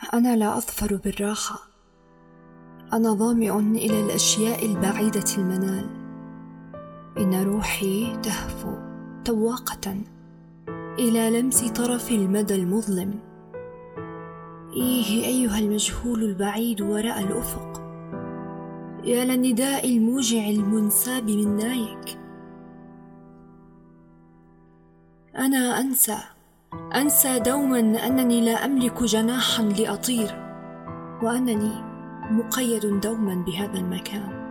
أنا لا أظفر بالراحة، أنا ظامئ إلى الأشياء البعيدة المنال. إن روحي تهفو تواقة إلى لمس طرف المدى المظلم. إيه أيها المجهول البعيد وراء الأفق، يا للنداء الموجع المنساب من نايك. أنا أنسى دوما أنني لا أملك جناحا لأطير، وأنني مقيد دوما بهذا المكان.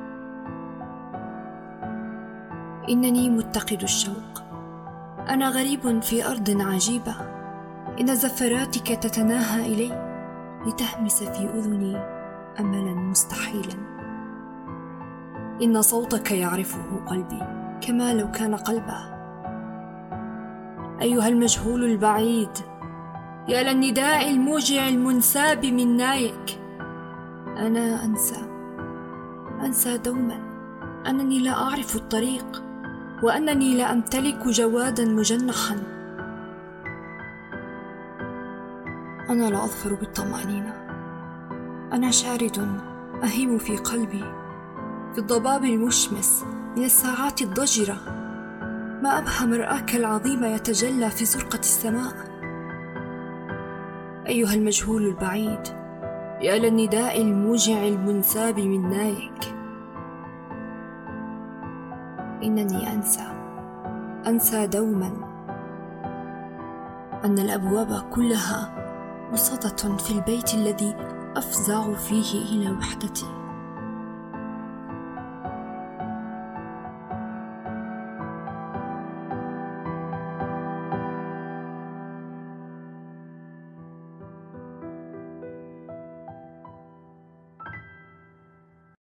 إنني متقد الشوق، أنا غريب في أرض عجيبة. إن زفراتك تتناهى إلي لتهمس في أذني أملا مستحيلا. إن صوتك يعرفه قلبي كما لو كان قلبه. أيها المجهول البعيد، يا للنداء الموجع المنساب من نايك. أنا أنسى دوما أنني لا أعرف الطريق، وأنني لا أمتلك جوادا مجنحا. أنا لا أظفر بالطمأنينة، أنا شارد أهيم في قلبي في الضباب المشمس من الساعات الضجرة. ما أبهى مرآك العظيم يتجلى في زرقة السماء. أيها المجهول البعيد، يا للنداء الموجع المنساب من نايك. إنني أنسى دوما أن الأبواب كلها مصدة في البيت الذي أفزع فيه إلى وحدتي.